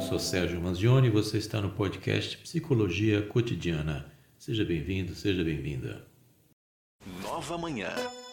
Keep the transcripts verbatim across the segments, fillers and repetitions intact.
sou Sérgio Manzioni e você está no podcast Psicologia Cotidiana. Seja bem-vindo, seja bem-vinda. Nova Manhã.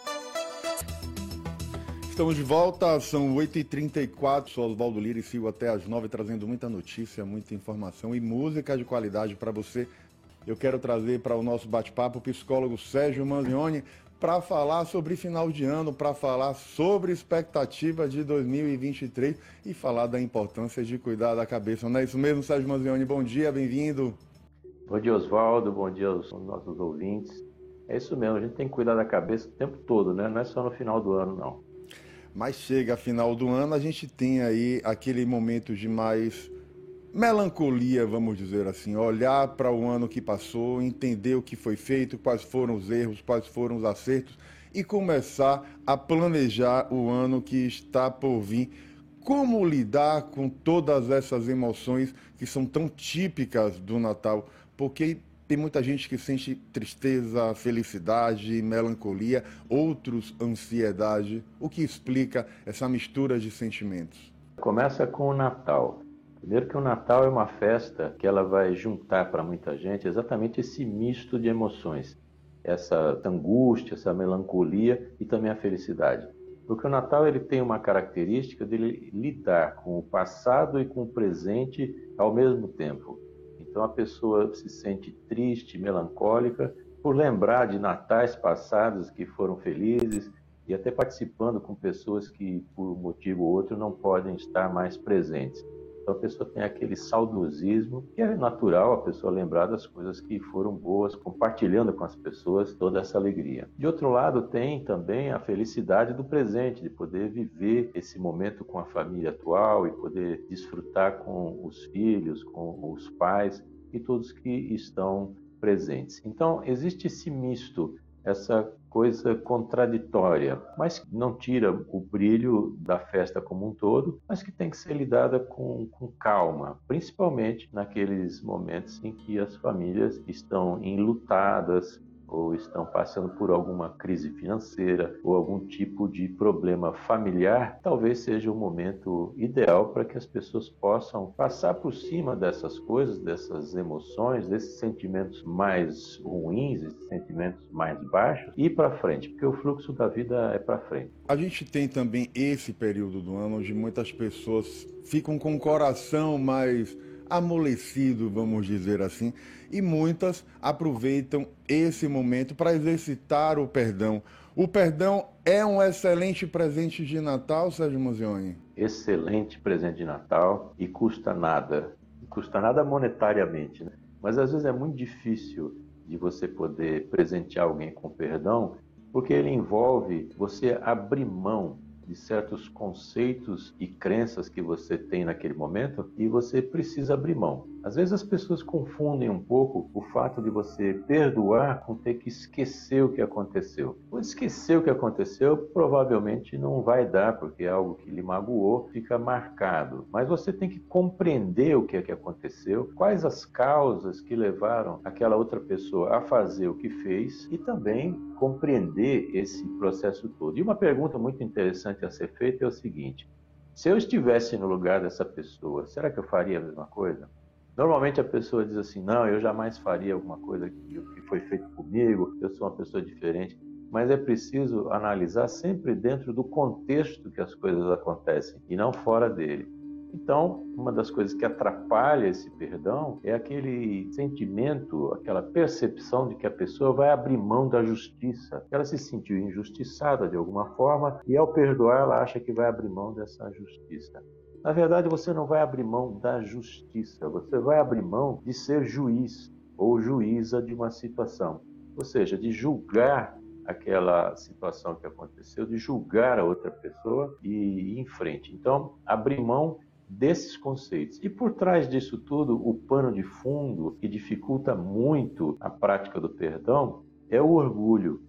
Estamos de volta, são oito e trinta e quatro, sou Oswaldo Lira e sigo até às nove trazendo muita notícia, muita informação e música de qualidade para você. Eu quero trazer para o nosso bate-papo o psicólogo Sérgio Manzioni para falar sobre final de ano, para falar sobre expectativa de dois mil e vinte e três e falar da importância de cuidar da cabeça. Não é isso mesmo, Sérgio Manzioni? Bom dia, bem-vindo. Bom dia, Oswaldo, bom dia aos nossos ouvintes. É isso mesmo, a gente tem que cuidar da cabeça o tempo todo, né? Não é só no final do ano, não. Mas chega final do ano, a gente tem aí aquele momento de mais melancolia, vamos dizer assim, olhar para o ano que passou, entender o que foi feito, quais foram os erros, quais foram os acertos e começar a planejar o ano que está por vir. Como lidar com todas essas emoções que são tão típicas do Natal? Porque tem muita gente que sente tristeza, felicidade, melancolia, outros ansiedade. O que explica essa mistura de sentimentos? Começa com o Natal. Primeiro que o Natal é uma festa que ela vai juntar para muita gente exatamente esse misto de emoções. Essa angústia, essa melancolia e também a felicidade. Porque o Natal ele tem uma característica de lidar com o passado e com o presente ao mesmo tempo. Então a pessoa se sente triste, melancólica, por lembrar de natais passados que foram felizes e até participando com pessoas que, por um motivo ou outro, não podem estar mais presentes. Então a pessoa tem aquele saudosismo, que é natural a pessoa lembrar das coisas que foram boas, compartilhando com as pessoas toda essa alegria. De outro lado, tem também a felicidade do presente, de poder viver esse momento com a família atual e poder desfrutar com os filhos, com os pais e todos que estão presentes. Então existe esse misto, essa coisa contraditória, mas que não tira o brilho da festa como um todo, mas que tem que ser lidada com, com calma, principalmente naqueles momentos em que as famílias estão enlutadas ou estão passando por alguma crise financeira ou algum tipo de problema familiar. Talvez seja o momento ideal para que as pessoas possam passar por cima dessas coisas, dessas emoções, desses sentimentos mais ruins, esses sentimentos mais baixos e ir para frente, porque o fluxo da vida é para frente. A gente tem também esse período do ano onde muitas pessoas ficam com o coração mais amolecido, vamos dizer assim, e muitas aproveitam esse momento para exercitar o perdão. O perdão é um excelente presente de Natal, Sérgio Manzioni? Excelente presente de Natal e custa nada. Custa nada monetariamente, né? Mas às vezes é muito difícil de você poder presentear alguém com perdão, porque ele envolve você abrir mão de certos conceitos e crenças que você tem naquele momento e você precisa abrir mão. Às vezes as pessoas confundem um pouco o fato de você perdoar com ter que esquecer o que aconteceu. Ou esquecer o que aconteceu provavelmente não vai dar, porque é algo que lhe magoou, fica marcado. Mas você tem que compreender o que é que aconteceu, quais as causas que levaram aquela outra pessoa a fazer o que fez e também compreender esse processo todo. E uma pergunta muito interessante a ser feita é o seguinte: se eu estivesse no lugar dessa pessoa, será que eu faria a mesma coisa? Normalmente a pessoa diz assim, não, eu jamais faria alguma coisa que foi feita comigo, eu sou uma pessoa diferente. Mas é preciso analisar sempre dentro do contexto que as coisas acontecem e não fora dele. Então, uma das coisas que atrapalha esse perdão é aquele sentimento, aquela percepção de que a pessoa vai abrir mão da justiça. Ela se sentiu injustiçada de alguma forma e ao perdoar ela acha que vai abrir mão dessa justiça. Na verdade, você não vai abrir mão da justiça, você vai abrir mão de ser juiz ou juíza de uma situação. Ou seja, de julgar aquela situação que aconteceu, de julgar a outra pessoa e ir em frente. Então, abrir mão desses conceitos. E por trás disso tudo, o pano de fundo que dificulta muito a prática do perdão é o orgulho.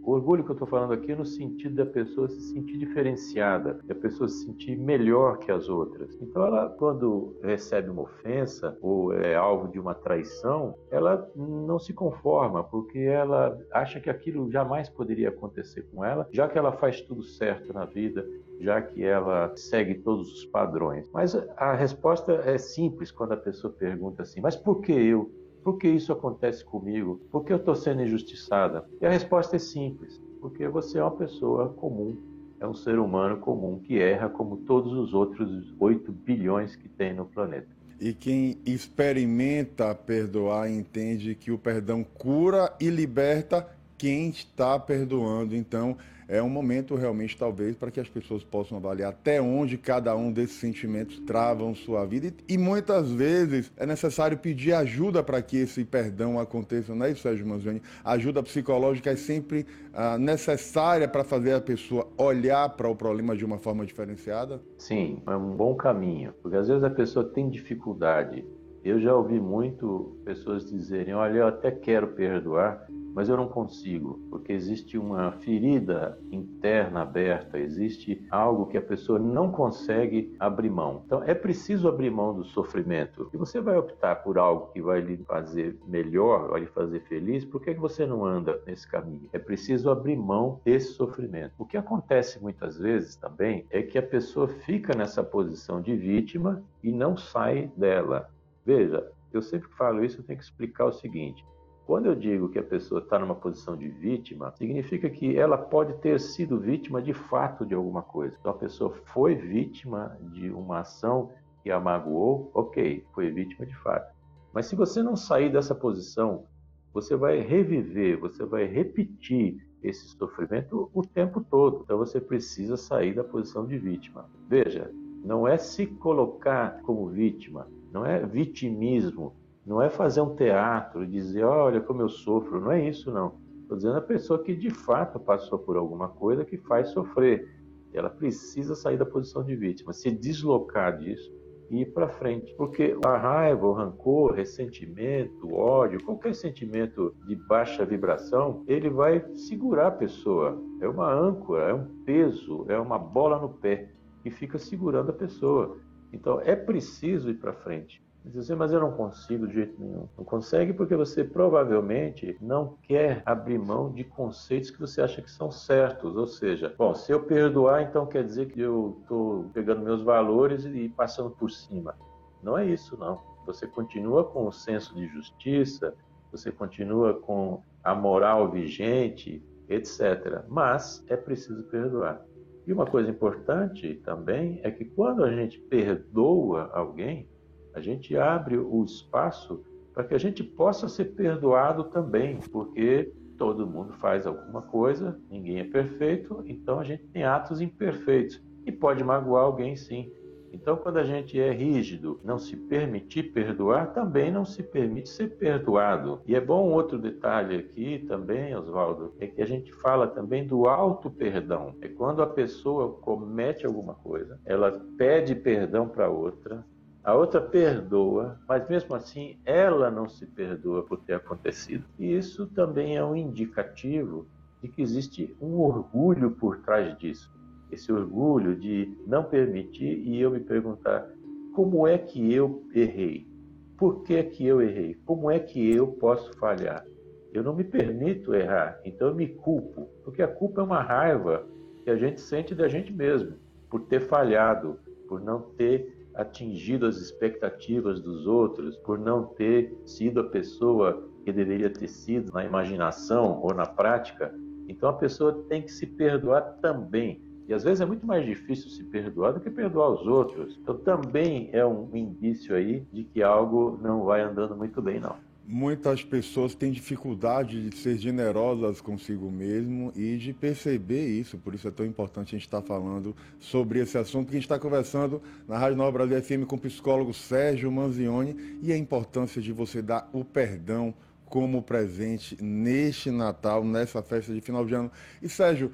O orgulho que eu estou falando aqui é no sentido da pessoa se sentir diferenciada, da pessoa se sentir melhor que as outras. Então, ela, quando recebe uma ofensa ou é alvo de uma traição, ela não se conforma, porque ela acha que aquilo jamais poderia acontecer com ela, já que ela faz tudo certo na vida, já que ela segue todos os padrões. Mas a resposta é simples quando a pessoa pergunta assim, mas por que eu? Por que isso acontece comigo? Por que eu estou sendo injustiçada? E a resposta é simples, porque você é uma pessoa comum, é um ser humano comum que erra como todos os outros oito bilhões que tem no planeta. E quem experimenta perdoar entende que o perdão cura e liberta quem está perdoando. Então, é um momento realmente, talvez, para que as pessoas possam avaliar até onde cada um desses sentimentos travam sua vida. E, e muitas vezes é necessário pedir ajuda para que esse perdão aconteça, não é isso, Sérgio Manzioni? A ajuda psicológica é sempre ah, necessária para fazer a pessoa olhar para o problema de uma forma diferenciada? Sim, é um bom caminho, porque às vezes a pessoa tem dificuldade. Eu já ouvi muito pessoas dizerem, olha, eu até quero perdoar, mas eu não consigo, porque existe uma ferida interna aberta, existe algo que a pessoa não consegue abrir mão. Então, é preciso abrir mão do sofrimento. E você vai optar por algo que vai lhe fazer melhor, vai lhe fazer feliz, por que você não anda nesse caminho? É preciso abrir mão desse sofrimento. O que acontece muitas vezes também é que a pessoa fica nessa posição de vítima e não sai dela. Veja, eu sempre falo isso, eu tenho que explicar o seguinte. Quando eu digo que a pessoa está numa posição de vítima, significa que ela pode ter sido vítima de fato de alguma coisa. Então a pessoa foi vítima de uma ação que a magoou, ok, foi vítima de fato. Mas se você não sair dessa posição, você vai reviver, você vai repetir esse sofrimento o tempo todo. Então você precisa sair da posição de vítima. Veja, não é se colocar como vítima, não é vitimismo, não é fazer um teatro e dizer, olha como eu sofro, não é isso não. Estou dizendo a pessoa que de fato passou por alguma coisa que faz sofrer. Ela precisa sair da posição de vítima, se deslocar disso e ir para frente. Porque a raiva, o rancor, ressentimento, o ódio, qualquer sentimento de baixa vibração, ele vai segurar a pessoa. É uma âncora, é um peso, é uma bola no pé que fica segurando a pessoa. Então é preciso ir para frente. Dizer, mas eu não consigo de jeito nenhum. Não consegue porque você provavelmente não quer abrir mão de conceitos que você acha que são certos. Ou seja, bom, se eu perdoar, então quer dizer que eu estou pegando meus valores e passando por cima. Não é isso, não. Você continua com o senso de justiça, você continua com a moral vigente, etcétera. Mas é preciso perdoar. E uma coisa importante também é que quando a gente perdoa alguém, a gente abre o espaço para que a gente possa ser perdoado também, porque todo mundo faz alguma coisa, ninguém é perfeito, então a gente tem atos imperfeitos e pode magoar alguém sim. Então, quando a gente é rígido, não se permitir perdoar, também não se permite ser perdoado. E é bom outro detalhe aqui também, Oswaldo, é que a gente fala também do auto-perdão. É quando a pessoa comete alguma coisa, ela pede perdão para outra, a outra perdoa, mas mesmo assim ela não se perdoa por ter acontecido. E isso também é um indicativo de que existe um orgulho por trás disso. Esse orgulho de não permitir e eu me perguntar como é que eu errei? Por que que eu errei? Como é que eu posso falhar? Eu não me permito errar, então eu me culpo, porque a culpa é uma raiva que a gente sente da gente mesmo, por ter falhado, por não ter atingido as expectativas dos outros, por não ter sido a pessoa que deveria ter sido na imaginação ou na prática. Então a pessoa tem que se perdoar também. E às vezes é muito mais difícil se perdoar do que perdoar os outros. Então também é um indício aí de que algo não vai andando muito bem, não. Muitas pessoas têm dificuldade de ser generosas consigo mesmo e de perceber isso, por isso é tão importante a gente estar falando sobre esse assunto, que a gente está conversando na Rádio Nova Brasil F M com o psicólogo Sérgio Manzioni e a importância de você dar o perdão como presente neste Natal, nessa festa de final de ano. E Sérgio,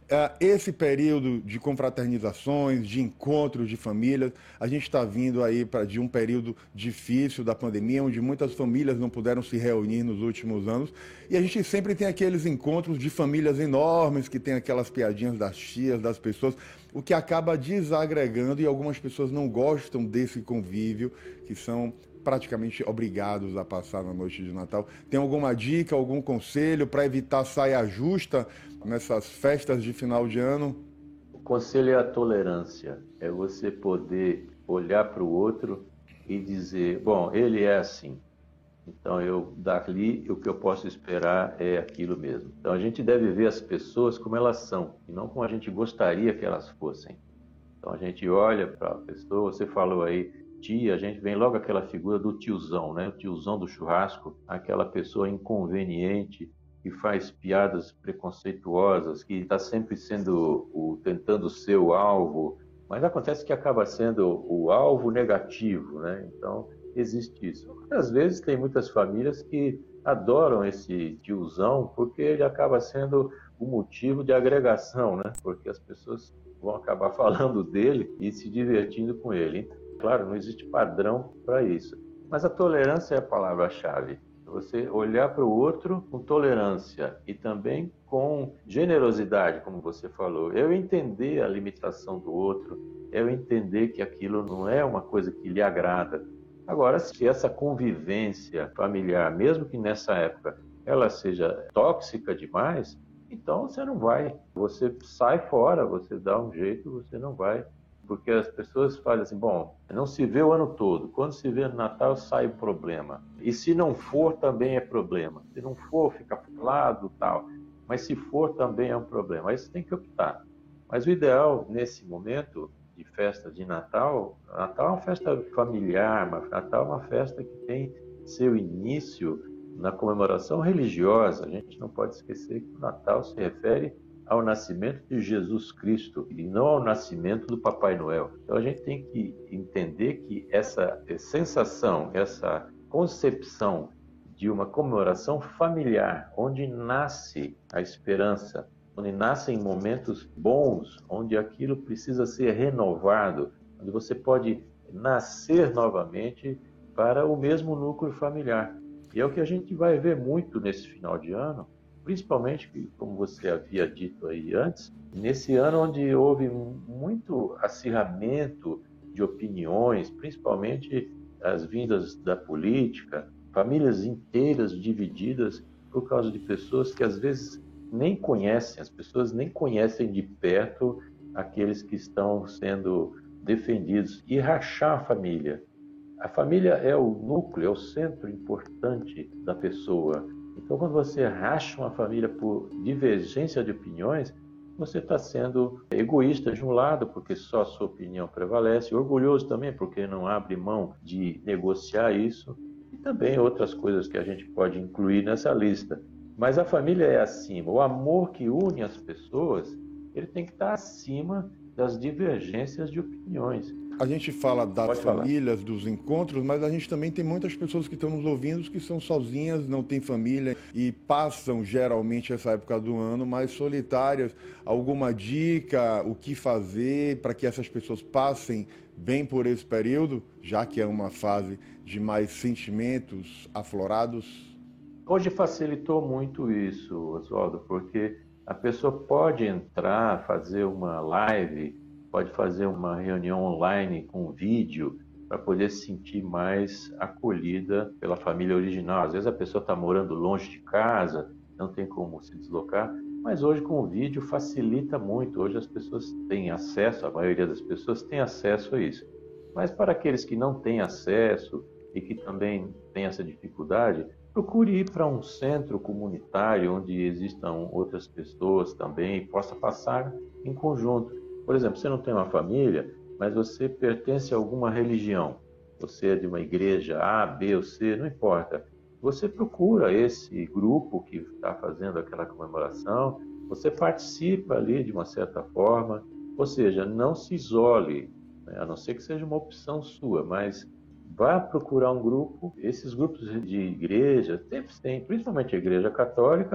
Uh, esse período de confraternizações, de encontros de famílias, a gente está vindo aí pra, de um período difícil da pandemia, onde muitas famílias não puderam se reunir nos últimos anos, e a gente sempre tem aqueles encontros de famílias enormes, que tem aquelas piadinhas das tias, das pessoas, o que acaba desagregando, e algumas pessoas não gostam desse convívio, que são praticamente obrigados a passar na noite de Natal. Tem alguma dica, algum conselho para evitar saia justa nessas festas de final de ano? O conselho é a tolerância. É você poder olhar para o outro e dizer, bom, ele é assim. Então, eu dali, o que eu posso esperar é aquilo mesmo. Então, a gente deve ver as pessoas como elas são, e não como a gente gostaria que elas fossem. Então, a gente olha para a pessoa, você falou aí, tia, a gente vem logo aquela figura do tiozão, né? O tiozão do churrasco, aquela pessoa inconveniente, que faz piadas preconceituosas, que está sempre sendo o, tentando ser o alvo, mas acontece que acaba sendo o alvo negativo, né? Então, existe isso. Às vezes tem muitas famílias que adoram esse tiozão porque ele acaba sendo o motivo de agregação, né? Porque as pessoas vão acabar falando dele e se divertindo com ele. Claro, não existe padrão para isso. Mas a tolerância é a palavra-chave. Você olhar para o outro com tolerância e também com generosidade, como você falou. Eu entender a limitação do outro, eu entender que aquilo não é uma coisa que lhe agrada. Agora, se essa convivência familiar, mesmo que nessa época ela seja tóxica demais, então você não vai. Você sai fora, você dá um jeito, você não vai. Porque as pessoas fazem assim, bom, não se vê o ano todo. Quando se vê no Natal, sai o problema. E se não for, também é problema. Se não for, fica falado e tal. Mas se for, também é um problema. Aí você tem que optar. Mas o ideal, nesse momento de festa de Natal, Natal é uma festa familiar, mas Natal é uma festa que tem seu início na comemoração religiosa. A gente não pode esquecer que o Natal se refere ao nascimento de Jesus Cristo e não ao nascimento do Papai Noel. Então a gente tem que entender que essa sensação, essa concepção de uma comemoração familiar, onde nasce a esperança, onde nascem momentos bons, onde aquilo precisa ser renovado, onde você pode nascer novamente para o mesmo núcleo familiar. E é o que a gente vai ver muito nesse final de ano, principalmente, como você havia dito aí antes, nesse ano onde houve muito acirramento de opiniões, principalmente as vindas da política, famílias inteiras divididas por causa de pessoas que às vezes nem conhecem, as pessoas nem conhecem de perto aqueles que estão sendo defendidos, e rachar a família. A família é o núcleo, é o centro importante da pessoa. Então, quando você racha uma família por divergência de opiniões, você está sendo egoísta de um lado, porque só a sua opinião prevalece, orgulhoso também, porque não abre mão de negociar isso, e também outras coisas que a gente pode incluir nessa lista. Mas a família é acima. O amor que une as pessoas, ele tem que estar acima das divergências de opiniões. A gente fala das Pode falar. famílias, dos encontros, mas a gente também tem muitas pessoas que estão nos ouvindo que são sozinhas, não têm família e passam geralmente essa época do ano mais solitárias. Alguma dica, o que fazer para que essas pessoas passem bem por esse período, já que é uma fase de mais sentimentos aflorados? Hoje facilitou muito isso, Oswaldo, porque a pessoa pode entrar, fazer uma live, pode fazer uma reunião online com vídeo para poder se sentir mais acolhida pela família original. Às vezes a pessoa está morando longe de casa, não tem como se deslocar, mas hoje com o vídeo facilita muito. Hoje as pessoas têm acesso, a maioria das pessoas tem acesso a isso. Mas para aqueles que não têm acesso e que também têm essa dificuldade, procure ir para um centro comunitário onde existam outras pessoas também e possa passar em conjunto. Por exemplo, você não tem uma família, mas você pertence a alguma religião. Você é de uma igreja A, B ou C, não importa. Você procura esse grupo que está fazendo aquela comemoração, você participa ali de uma certa forma, ou seja, não se isole, né? A não ser que seja uma opção sua, mas vá procurar um grupo. Esses grupos de igreja, sempre tem, principalmente a igreja católica,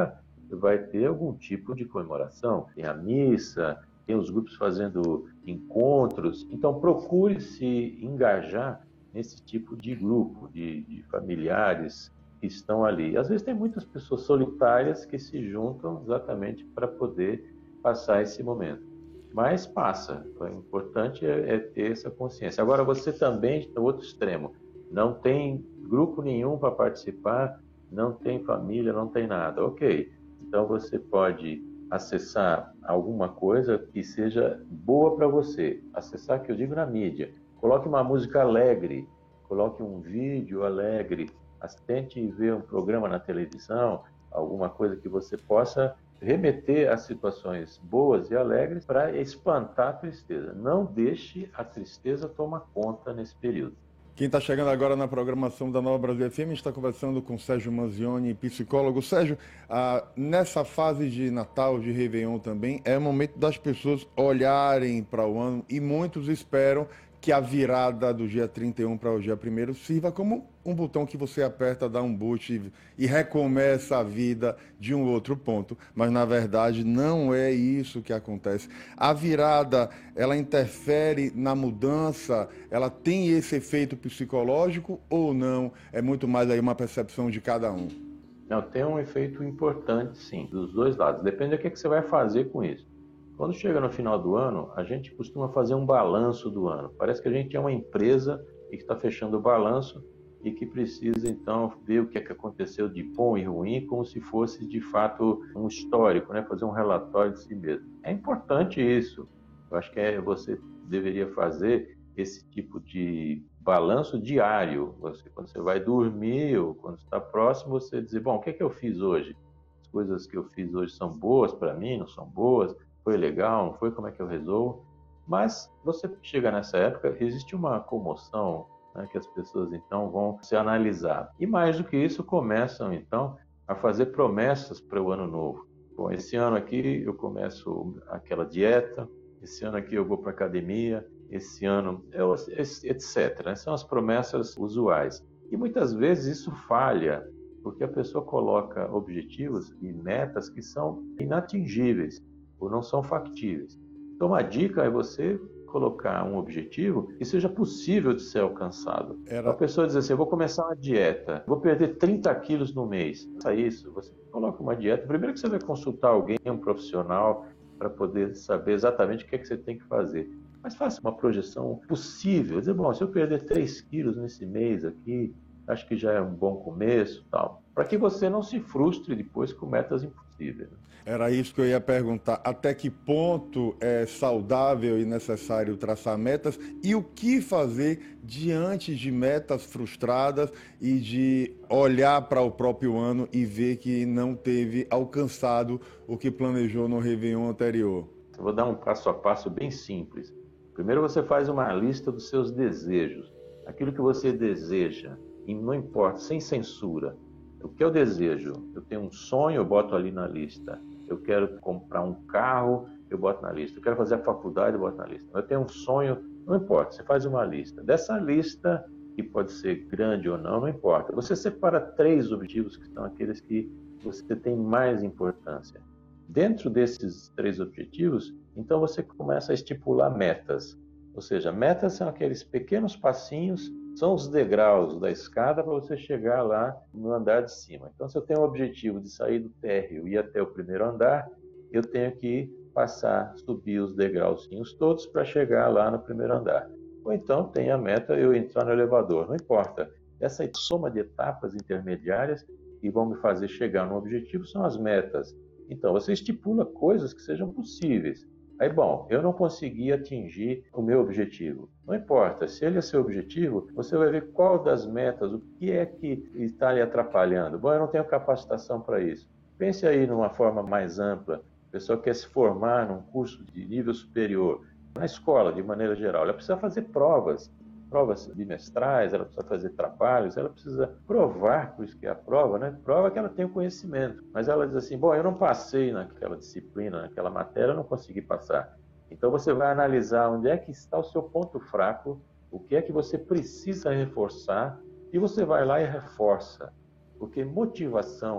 você vai ter algum tipo de comemoração. Tem a missa, tem os grupos fazendo encontros. Então, procure se engajar nesse tipo de grupo, de, de familiares que estão ali. Às vezes tem muitas pessoas solitárias que se juntam exatamente para poder passar esse momento. Mas passa. O importante é, é ter essa consciência. Agora, você também, no outro extremo, não tem grupo nenhum para participar, não tem família, não tem nada. Ok, então você pode acessar alguma coisa que seja boa para você. Acessar, que eu digo, na mídia. Coloque uma música alegre, coloque um vídeo alegre, tente ver um programa na televisão, alguma coisa que você possa remeter a situações boas e alegres para espantar a tristeza. Não deixe a tristeza tomar conta nesse período. Quem está chegando agora na programação da Nova Brasil F M está conversando com Sérgio Manzioni, psicólogo. Sérgio, ah, nessa fase de Natal, de Réveillon também, é o momento das pessoas olharem para o ano e muitos esperam que a virada do dia trinta e um para o dia primeiro sirva como um botão que você aperta, dá um boot e, e recomeça a vida de um outro ponto. Mas, na verdade, não é isso que acontece. A virada, ela interfere na mudança, ela tem esse efeito psicológico ou não? É muito mais aí uma percepção de cada um. Não, tem um efeito importante, sim, dos dois lados. Depende do que você vai fazer com isso. Quando chega no final do ano, a gente costuma fazer um balanço do ano. Parece que a gente é uma empresa que está fechando o balanço e que precisa, então, ver o que é que aconteceu de bom e ruim, como se fosse, de fato, um histórico, né? Fazer um relatório de si mesmo. É importante isso. Eu acho que é, você deveria fazer esse tipo de balanço diário. Você, quando você vai dormir ou quando está próximo, você dizer, bom, o que é que eu fiz hoje? As coisas que eu fiz hoje são boas para mim, não são boas? Foi legal, não foi? Como é que eu resolvo? Mas você chega nessa época, existe uma comoção, né, que as pessoas então vão se analisar. E mais do que isso, começam então a fazer promessas para o ano novo. Bom, esse ano aqui eu começo aquela dieta, esse ano aqui eu vou para a academia, esse ano, eu, etcétera. São as promessas usuais. E muitas vezes isso falha, porque a pessoa coloca objetivos e metas que são inatingíveis ou não são factíveis. Então, uma dica é você colocar um objetivo que seja possível de ser alcançado. Era... A pessoa diz assim, eu vou começar uma dieta, vou perder trinta quilos no mês. Faça isso, você coloca uma dieta. Primeiro que você vai consultar alguém, um profissional, para poder saber exatamente o que é que você tem que fazer. Mas faça uma projeção possível. Dizer, bom, se eu perder três quilos nesse mês aqui, acho que já é um bom começo, tal. Para que você não se frustre depois com metas impossíveis. Era isso que eu ia perguntar. Até que ponto é saudável e necessário traçar metas e o que fazer diante de metas frustradas e de olhar para o próprio ano e ver que não teve alcançado o que planejou no Réveillon anterior? Eu vou dar um passo a passo bem simples. Primeiro você faz uma lista dos seus desejos. Aquilo que você deseja, e não importa, sem censura. O que eu desejo? Eu tenho um sonho, eu boto ali na lista. Eu quero comprar um carro, eu boto na lista. Eu quero fazer a faculdade, eu boto na lista. Eu tenho um sonho, não importa, você faz uma lista. Dessa lista, que pode ser grande ou não, não importa. Você separa três objetivos que são aqueles que você tem mais importância. Dentro desses três objetivos, então você começa a estipular metas. Ou seja, metas são aqueles pequenos passinhos, são os degraus da escada para você chegar lá no andar de cima. Então, se eu tenho o objetivo de sair do térreo e ir até o primeiro andar, eu tenho que passar, subir os degrauzinhos todos para chegar lá no primeiro andar. Ou então tem a meta eu entrar no elevador, não importa. Essa soma de etapas intermediárias que vão me fazer chegar no objetivo são as metas. Então, você estipula coisas que sejam possíveis. Aí, bom, eu não consegui atingir o meu objetivo. Não importa, se ele é seu objetivo, você vai ver qual das metas, o que é que está lhe atrapalhando. Bom, eu não tenho capacitação para isso. Pense aí numa forma mais ampla. A pessoa quer se formar num curso de nível superior. Na escola, de maneira geral, ela precisa fazer provas. Provas bimestrais, ela precisa fazer trabalhos, ela precisa provar, por isso que é a prova, né? Prova que ela tem o conhecimento. Mas ela diz assim, bom, eu não passei naquela disciplina, naquela matéria, eu não consegui passar. Então você vai analisar onde é que está o seu ponto fraco, o que é que você precisa reforçar, e você vai lá e reforça. Porque motivação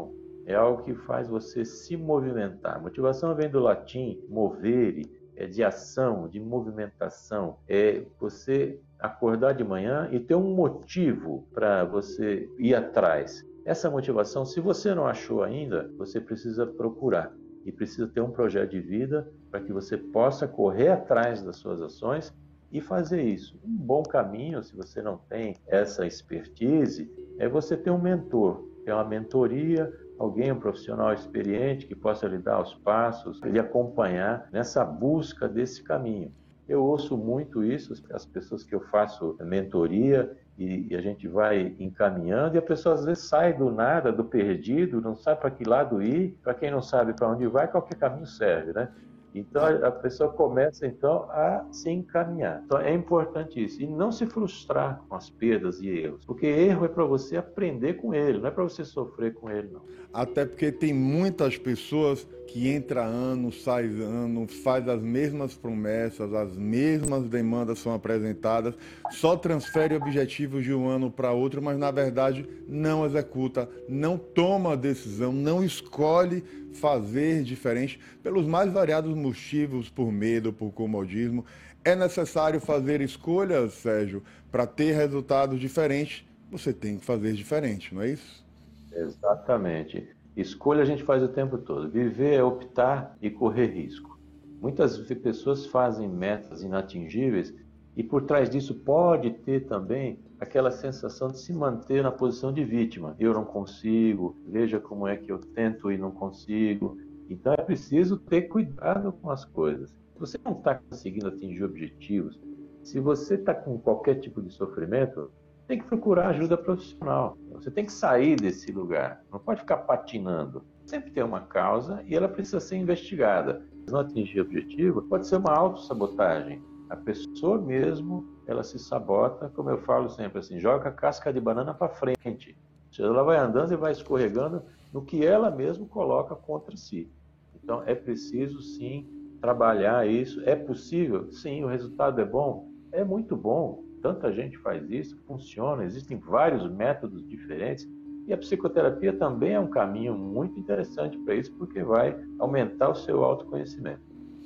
é algo que faz você se movimentar. Motivação vem do latim movere, é de ação, de movimentação. É você acordar de manhã e ter um motivo para você ir atrás. Essa motivação, se você não achou ainda, você precisa procurar. E precisa ter um projeto de vida para que você possa correr atrás das suas ações e fazer isso. Um bom caminho, se você não tem essa expertise, é você ter um mentor, ter uma mentoria, alguém, um profissional experiente que possa lhe dar os passos, lhe acompanhar nessa busca desse caminho. Eu ouço muito isso, as pessoas que eu faço mentoria e, e a gente vai encaminhando e a pessoa às vezes sai do nada, do perdido, não sabe para que lado ir, para quem não sabe para onde vai, qualquer caminho serve, né? Então a pessoa começa então a se encaminhar. Então é importante isso. E não se frustrar com as perdas e erros. Porque erro é para você aprender com ele, não é para você sofrer com ele, não. Até porque tem muitas pessoas que entra ano, sai ano, faz as mesmas promessas, as mesmas demandas são apresentadas, só transfere objetivos de um ano para outro, mas na verdade não executa, não toma decisão, não escolhe fazer diferente pelos mais variados motivos, por medo, por comodismo. É necessário fazer escolhas, Sérgio, para ter resultados diferentes. Você tem que fazer diferente, não é isso? Exatamente. Escolha a gente faz o tempo todo. Viver é optar e correr risco. Muitas pessoas fazem metas inatingíveis e por trás disso pode ter também aquela sensação de se manter na posição de vítima. Eu não consigo, veja como é que eu tento e não consigo. Então é preciso ter cuidado com as coisas. Se você não está conseguindo atingir objetivos, se você está com qualquer tipo de sofrimento, tem que procurar ajuda profissional. Você tem que sair desse lugar. Não pode ficar patinando. Sempre tem uma causa e ela precisa ser investigada. Se não atingir o objetivo, pode ser uma autossabotagem. A pessoa mesmo, ela se sabota, como eu falo sempre assim, joga a casca de banana para frente. Ou seja, ela vai andando e vai escorregando no que ela mesma coloca contra si. Então é preciso sim trabalhar isso. É possível? Sim. O resultado é bom? É muito bom. Tanta gente faz isso, funciona, existem vários métodos diferentes e a psicoterapia também é um caminho muito interessante para isso, porque vai aumentar o seu autoconhecimento.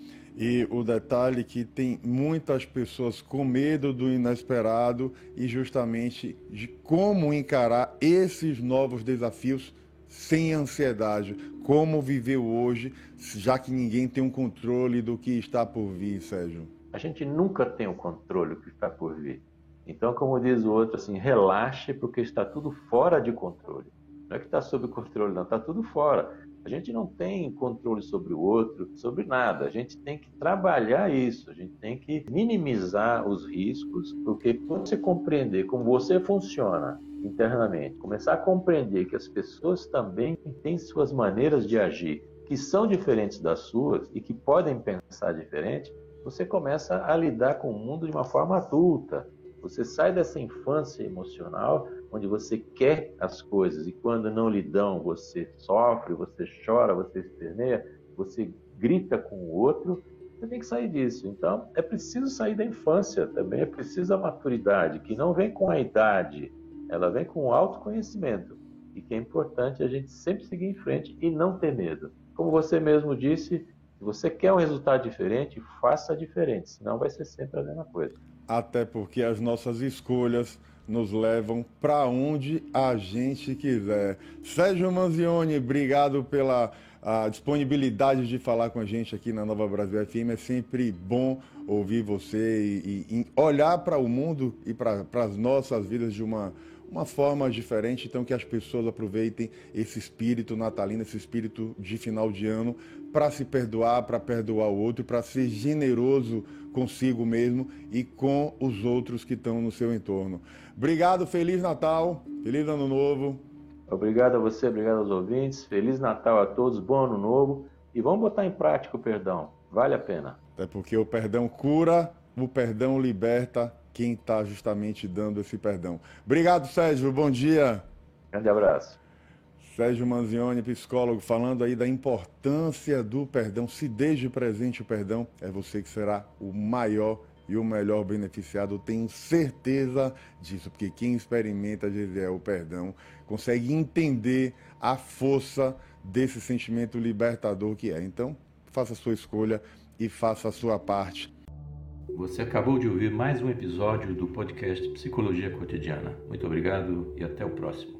E o detalhe é que tem muitas pessoas com medo do inesperado e justamente de como encarar esses novos desafios sem ansiedade, como viver hoje, já que ninguém tem um controle do que está por vir, Sérgio. A gente nunca tem o controle do que está por vir. Então, como diz o outro, assim, relaxe porque está tudo fora de controle. Não é que está sob controle, não, está tudo fora. A gente não tem controle sobre o outro, sobre nada. A gente tem que trabalhar isso, a gente tem que minimizar os riscos, porque quando você compreender como você funciona internamente, começar a compreender que as pessoas também têm suas maneiras de agir, que são diferentes das suas e que podem pensar diferente, você começa a lidar com o mundo de uma forma adulta. Você sai dessa infância emocional, onde você quer as coisas e quando não lhe dão, você sofre, você chora, você esperneia, você grita com o outro. Você tem que sair disso. Então, é preciso sair da infância também, é preciso a maturidade, que não vem com a idade, ela vem com o autoconhecimento. E que é importante a gente sempre seguir em frente e não ter medo. Como você mesmo disse, se você quer um resultado diferente, faça diferente, senão vai ser sempre a mesma coisa. Até porque as nossas escolhas nos levam para onde a gente quiser. Sérgio Manzioni, obrigado pela a disponibilidade de falar com a gente aqui na Nova Brasil F M. É sempre bom ouvir você e, e olhar para o mundo e para as nossas vidas de uma, uma forma diferente. Então, que as pessoas aproveitem esse espírito natalino, esse espírito de final de ano, para se perdoar, para perdoar o outro, para ser generoso consigo mesmo e com os outros que estão no seu entorno. Obrigado, Feliz Natal, Feliz Ano Novo. Obrigado a você, obrigado aos ouvintes, Feliz Natal a todos, bom Ano Novo e vamos botar em prática o perdão, vale a pena. Até porque o perdão cura, o perdão liberta quem está justamente dando esse perdão. Obrigado, Sérgio, bom dia. Grande abraço. Sérgio Manzioni, psicólogo, falando aí da importância do perdão. Se desde presente o perdão, é você que será o maior e o melhor beneficiado, tenho certeza disso, porque quem experimenta, Gesiel, o perdão, consegue entender a força desse sentimento libertador que é. Então, faça a sua escolha e faça a sua parte. Você acabou de ouvir mais um episódio do podcast Psicologia Cotidiana. Muito obrigado e até o próximo.